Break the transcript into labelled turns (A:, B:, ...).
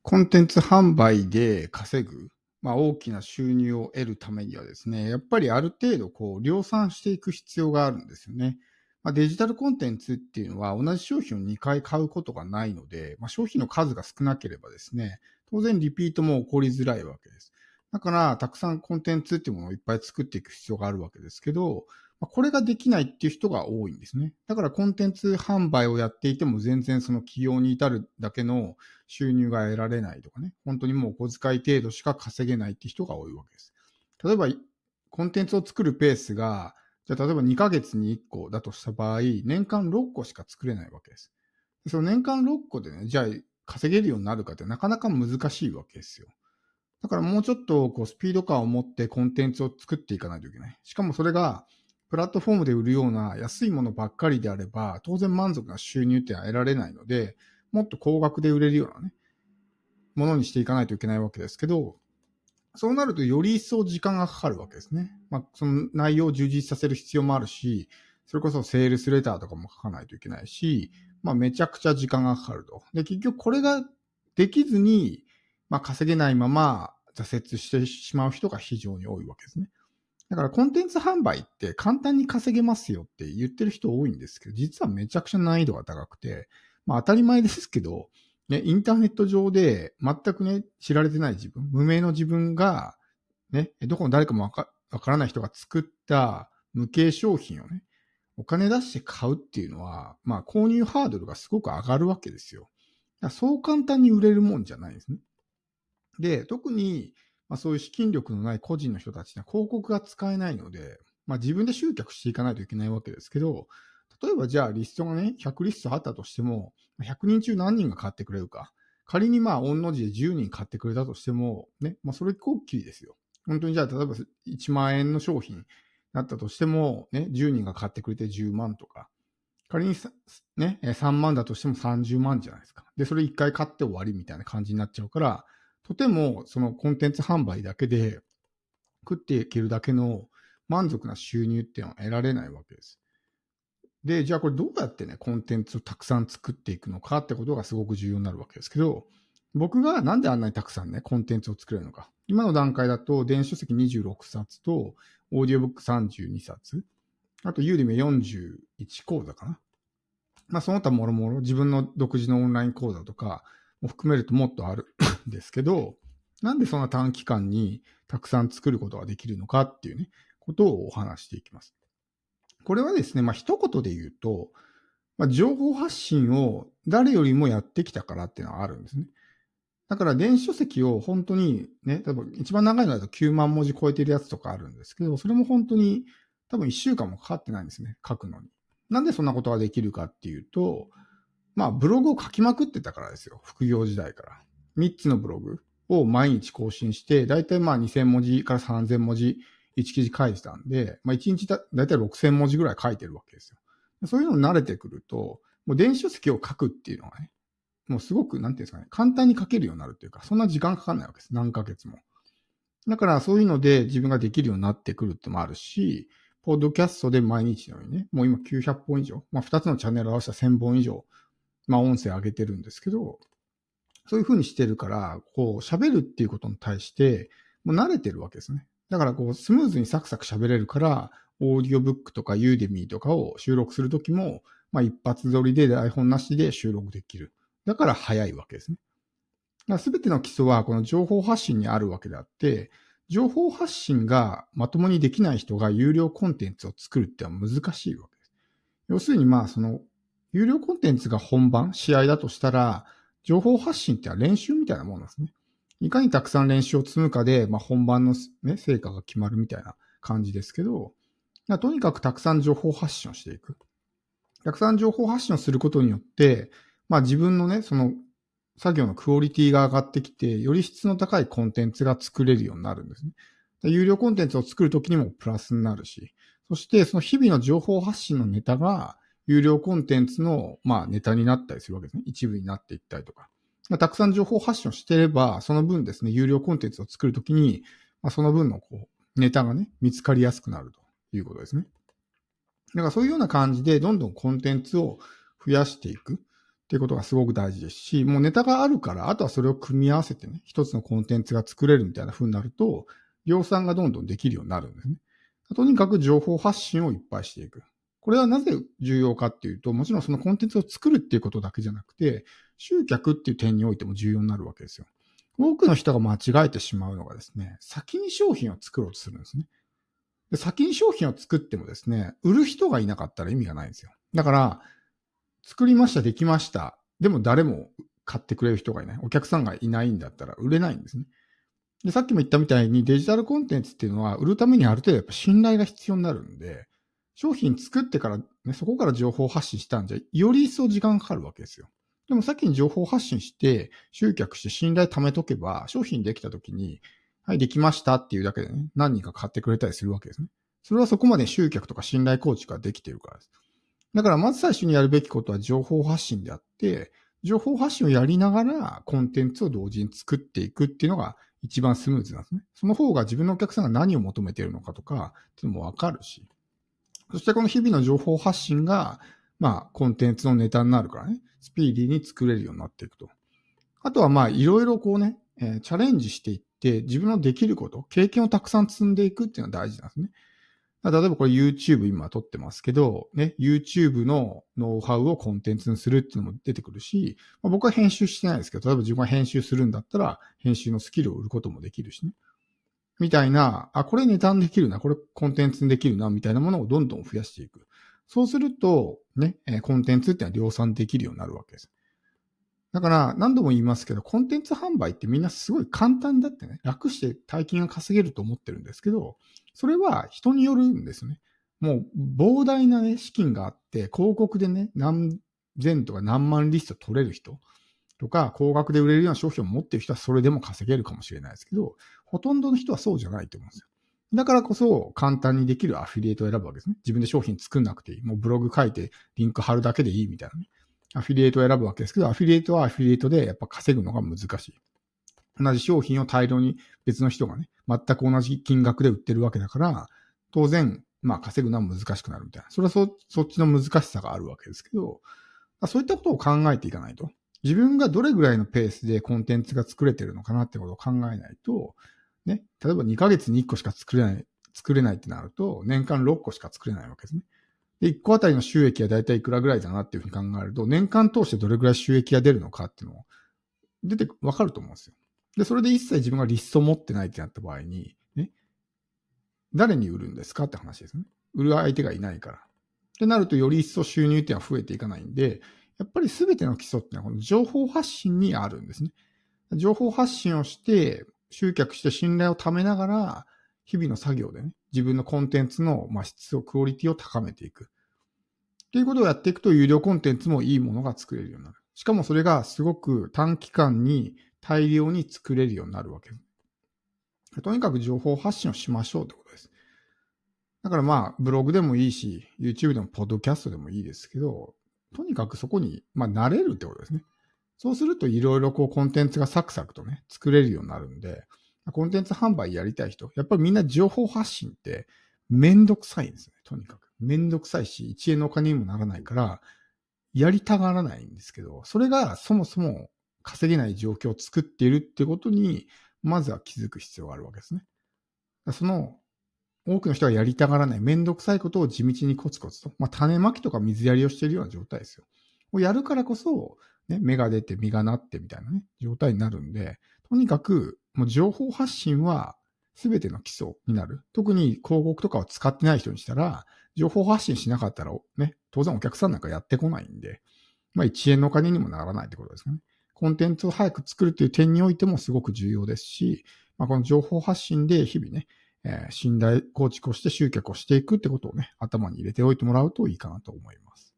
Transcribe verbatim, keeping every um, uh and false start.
A: コンテンツ販売で稼ぐ、まあ、大きな収入を得るためにはですね、やっぱりある程度こう量産していく必要があるんですよね。まあ、デジタルコンテンツっていうのは同じ商品をにかい買うことがないので、まあ、商品の数が少なければですね、当然リピートも起こりづらいわけです。だから、たくさんコンテンツっていうものをいっぱい作っていく必要があるわけですけど、まあこれができないっていう人が多いんですね。だからコンテンツ販売をやっていても全然その起業に至るだけの収入が得られないとかね、本当にもうお小遣い程度しか稼げないって人が多いわけです。例えば、コンテンツを作るペースが、じゃあ例えばにかげつにいっこだとした場合、年間ろっこしか作れないわけです。その年間ろっこでね、じゃあ稼げるようになるかってなかなか難しいわけですよ。だからもうちょっとこうスピード感を持ってコンテンツを作っていかないといけない。しかもそれがプラットフォームで売るような安いものばっかりであれば、当然満足な収入ってのは得られないので、もっと高額で売れるようなね、ものにしていかないといけないわけですけど、そうなるとより一層時間がかかるわけですね。まあ、その内容を充実させる必要もあるし、それこそセールスレターとかも書かないといけないし、まあ、めちゃくちゃ時間がかかると。で、結局これができずに、まあ、稼げないまま挫折してしまう人が非常に多いわけですね。だからコンテンツ販売って簡単に稼げますよって言ってる人多いんですけど、実はめちゃくちゃ難易度が高くて、まあ当たり前ですけど、ね、インターネット上で全くね、知られてない自分、無名の自分が、ね、どこの誰かもわかわからない人が作った無形商品をね、お金出して買うっていうのは、まあ購入ハードルがすごく上がるわけですよ。だからそう簡単に売れるもんじゃないですね。で、特に、まあ、そういう資金力のない個人の人たちには広告が使えないので、まあ、自分で集客していかないといけないわけですけど、例えばじゃあリストがね、ひゃくリストあったとしても、ひゃくにん中何人が買ってくれるか。仮にまあ、御の字でじゅうにん買ってくれたとしても、ね、まあ、それっきりですよ。本当にじゃあ、例えばいちまん円の商品だったとしても、ね、じゅうにんが買ってくれてじゅうまんとか、仮にさね、さんまんだとしてもさんじゅうまんじゃないですか。で、それいっかい買って終わりみたいな感じになっちゃうから、とてもそのコンテンツ販売だけで食っていけるだけの満足な収入っていうのは得られないわけです。で、じゃあこれどうやってね、コンテンツをたくさん作っていくのかってことがすごく重要になるわけですけど、僕がなんであんなにたくさんね、コンテンツを作れるのか。今の段階だと電子書籍にじゅうろくさつと、オーディオブックさんじゅうにさつ、あとユーディメよんじゅういち講座かな。まあその他もろもろ自分の独自のオンライン講座とかも含めるともっとあるんですけど、なんでそんな短期間にたくさん作ることができるのかっていうね、ことをお話していきます。これはですね、まあ一言で言うと、まあ、情報発信を誰よりもやってきたからっていうのはあるんですね。だから電子書籍を本当にね、多分一番長いのだときゅうまん文字超えてるやつとかあるんですけど、それも本当に多分いっしゅうかんもかかってないんですね、書くのに。なんでそんなことができるかっていうと、まあブログを書きまくってたからですよ、副業時代から。みっつのブログを毎日更新して、だいたいまあにせん文字からさんぜん文字いち記事書いてたんで、まあいちにちだだいたいろくせん文字ぐらい書いてるわけですよ。そういうのに慣れてくると、もう電子書籍を書くっていうのがね、もうすごく、なんていうんですかね、簡単に書けるようになるっていうか、そんな時間かかんないわけです。何ヶ月も。だからそういうので自分ができるようになってくるってのもあるし、ポッドキャストで毎日のようにね、もう今きゅうひゃっぽん以上、まあふたつのチャンネル合わせたせんぼん以上、まあ音声上げてるんですけど、そういう風にしてるから、こう喋るっていうことに対して、もう慣れてるわけですね。だからこうスムーズにサクサク喋れるから、オーディオブックとかユーデミーとかを収録するときも、まあ一発撮りで台本なしで収録できる。だから早いわけですね。すべての基礎はこの情報発信にあるわけであって、情報発信がまともにできない人が有料コンテンツを作るってのは難しいわけです。要するにまあその、有料コンテンツが本番、試合だとしたら、情報発信ってのは練習みたいなものなんですね。いかにたくさん練習を積むかで、まあ本番の、ね、成果が決まるみたいな感じですけど、とにかくたくさん情報発信をしていく。たくさん情報発信をすることによって、まあ自分のね、その作業のクオリティが上がってきて、より質の高いコンテンツが作れるようになるんですね。有料コンテンツを作るときにもプラスになるし、そしてその日々の情報発信のネタが、有料コンテンツの、まあ、ネタになったりするわけですね。一部になっていったりとか。たくさん情報発信をしていれば、その分ですね、有料コンテンツを作るときに、まあ、その分のこう、ネタがね、見つかりやすくなるということですね。だからそういうような感じで、どんどんコンテンツを増やしていく。 っていうことがすごく大事ですし、もうネタがあるから、あとはそれを組み合わせてね、一つのコンテンツが作れるみたいな風になると、量産がどんどんできるようになるんですね。とにかく情報発信をいっぱいしていく。これはなぜ重要かっていうと、もちろんそのコンテンツを作るっていうことだけじゃなくて、集客っていう点においても重要になるわけですよ。多くの人が間違えてしまうのがですね、先に商品を作ろうとするんですね。で、先に商品を作ってもですね、売る人がいなかったら意味がないんですよ。だから、作りました、できました。でも誰も買ってくれる人がいない。お客さんがいないんだったら売れないんですね。で、さっきも言ったみたいにデジタルコンテンツっていうのは売るためにある程度やっぱ信頼が必要になるんで、商品作ってからね、そこから情報発信したんじゃ、より一層時間かかるわけですよ。でも先に情報発信して、集客して信頼貯めとけば、商品できた時に、はい、できましたっていうだけでね、何人か買ってくれたりするわけですね。それはそこまで集客とか信頼構築ができているからです。だからまず最初にやるべきことは情報発信であって、情報発信をやりながらコンテンツを同時に作っていくっていうのが一番スムーズなんですね。その方が自分のお客さんが何を求めているのかとかっていうのもわかるし、そしてこの日々の情報発信が、まあコンテンツのネタになるからね、スピーディーに作れるようになっていくと。あとはまあいろいろこうね、えーチャレンジしていって自分のできること、経験をたくさん積んでいくっていうのは大事なんですね。例えばこれ YouTube 今撮ってますけど、ね、YouTube のノウハウをコンテンツにするっていうのも出てくるし、まあ、僕は編集してないですけど、例えば自分が編集するんだったら、編集のスキルを売ることもできるしね。みたいな、あ、これネタにできるな、これコンテンツにできるな、みたいなものをどんどん増やしていく。そうすると、ね、コンテンツっていうのは量産できるようになるわけです。だから何度も言いますけど、コンテンツ販売ってみんなすごい簡単だってね、楽して大金が稼げると思ってるんですけど、それは人によるんですよね。もう膨大なね、資金があって、広告でね、何千とか何万リスト取れる人とか、高額で売れるような商品を持ってる人はそれでも稼げるかもしれないですけど、ほとんどの人はそうじゃないと思うんですよ。だからこそ簡単にできるアフィリエイトを選ぶわけですね。自分で商品作んなくていい。もうブログ書いてリンク貼るだけでいいみたいなね。アフィリエイトを選ぶわけですけど、アフィリエイトはアフィリエイトでやっぱ稼ぐのが難しい。同じ商品を大量に別の人がね、全く同じ金額で売ってるわけだから、当然、まあ稼ぐのは難しくなるみたいな。それはそ、そっちの難しさがあるわけですけど、そういったことを考えていかないと。自分がどれぐらいのペースでコンテンツが作れてるのかなってことを考えないと、ね、例えばにかげつにいっこしか作れない、作れないってなると、年間ろっこしか作れないわけですね。で、いっこあたりの収益はだいたいいくらぐらいだなっていうふうに考えると、年間通してどれぐらい収益が出るのかっていうのを出て、わかると思うんですよ。で、それで一切自分がリストを持ってないってなった場合に、ね、誰に売るんですかって話ですね。売る相手がいないから。ってなると、より一層収入っていうのは増えていかないんで、やっぱり全ての基礎っていうのはこの情報発信にあるんですね。情報発信をして、集客して信頼を貯めながら、日々の作業でね、自分のコンテンツの質を、クオリティを高めていく。っていうことをやっていくと、有料コンテンツもいいものが作れるようになる。しかもそれがすごく短期間に大量に作れるようになるわけです。とにかく情報発信をしましょうってことです。だからまあ、ブログでもいいし、YouTube でもポッドキャストでもいいですけど、とにかくそこに、まあ、慣れるってことですね。そうするといろいろこうコンテンツがサクサクとね、作れるようになるんで、コンテンツ販売やりたい人、やっぱりみんな情報発信ってめんどくさいんですよね、とにかく。めんどくさいし、一円のお金にもならないから、やりたがらないんですけど、それがそもそも稼げない状況を作っているってことに、まずは気づく必要があるわけですね。その多くの人がやりたがらない、めんどくさいことを地道にコツコツと、まあ、種まきとか水やりをしているような状態ですよ。をやるからこそ、ね、芽が出て実がなってみたいなね、状態になるんで、とにかく、もう情報発信は全ての基礎になる。特に広告とかを使ってない人にしたら、情報発信しなかったら、ね、当然お客さんなんかやってこないんで、まあいちえんのお金にもならないってことですね。コンテンツを早く作るっていう点においてもすごく重要ですし、まあ、この情報発信で日々ね、えー信頼構築をして集客をしていくってことをね、頭に入れておいてもらうといいかなと思います。